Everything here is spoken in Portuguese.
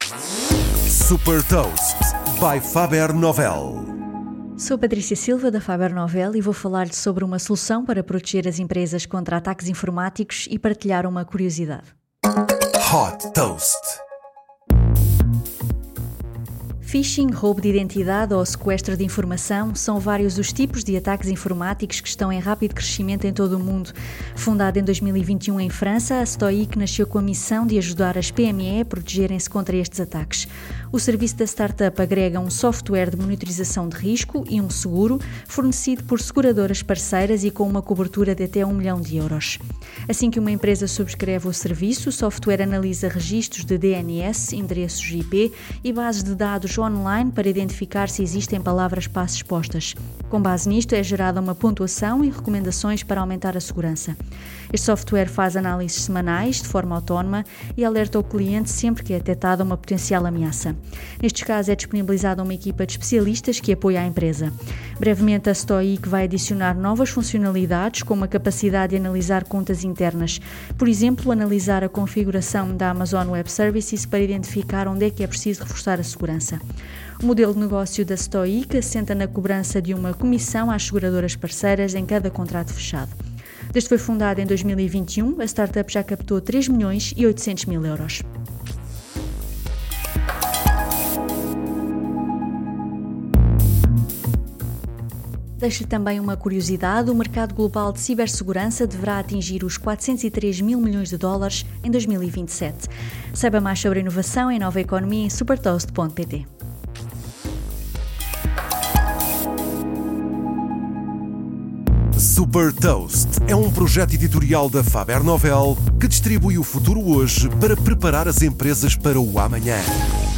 Super Toast by Faber Novel. Sou Patrícia Silva da Faber Novel e vou falar-lhe sobre uma solução para proteger as empresas contra ataques informáticos e partilhar uma curiosidade. Hot Toast. Phishing, roubo de identidade ou sequestro de informação são vários os tipos de ataques informáticos que estão em rápido crescimento em todo o mundo. Fundada em 2021 em França, a Stoic nasceu com a missão de ajudar as PME a protegerem-se contra estes ataques. O serviço da startup agrega um software de monitorização de risco e um seguro fornecido por seguradoras parceiras e com uma cobertura de até €1 milhão. Assim que uma empresa subscreve o serviço, o software analisa registros de DNS, endereços IP e bases de dados online para identificar se existem palavras-passe expostas. Com base nisto, é gerada uma pontuação e recomendações para aumentar a segurança. Este software faz análises semanais, de forma autónoma, e alerta o cliente sempre que é detectada uma potencial ameaça. Nestes casos, é disponibilizada uma equipa de especialistas que apoia a empresa. Brevemente, a Stoic vai adicionar novas funcionalidades, como a capacidade de analisar contas internas. Por exemplo, analisar a configuração da Amazon Web Services para identificar onde é que é preciso reforçar a segurança. O modelo de negócio da Stoic assenta na cobrança de uma comissão às seguradoras parceiras em cada contrato fechado. Desde que foi fundada em 2021, a startup já captou €3.800.000. Deixo-lhe também uma curiosidade: o mercado global de cibersegurança deverá atingir os $403 mil milhões em 2027. Saiba mais sobre a inovação e nova economia em supertoast.pt. Super Toast é um projeto editorial da Faber Novel que distribui o futuro hoje para preparar as empresas para o amanhã.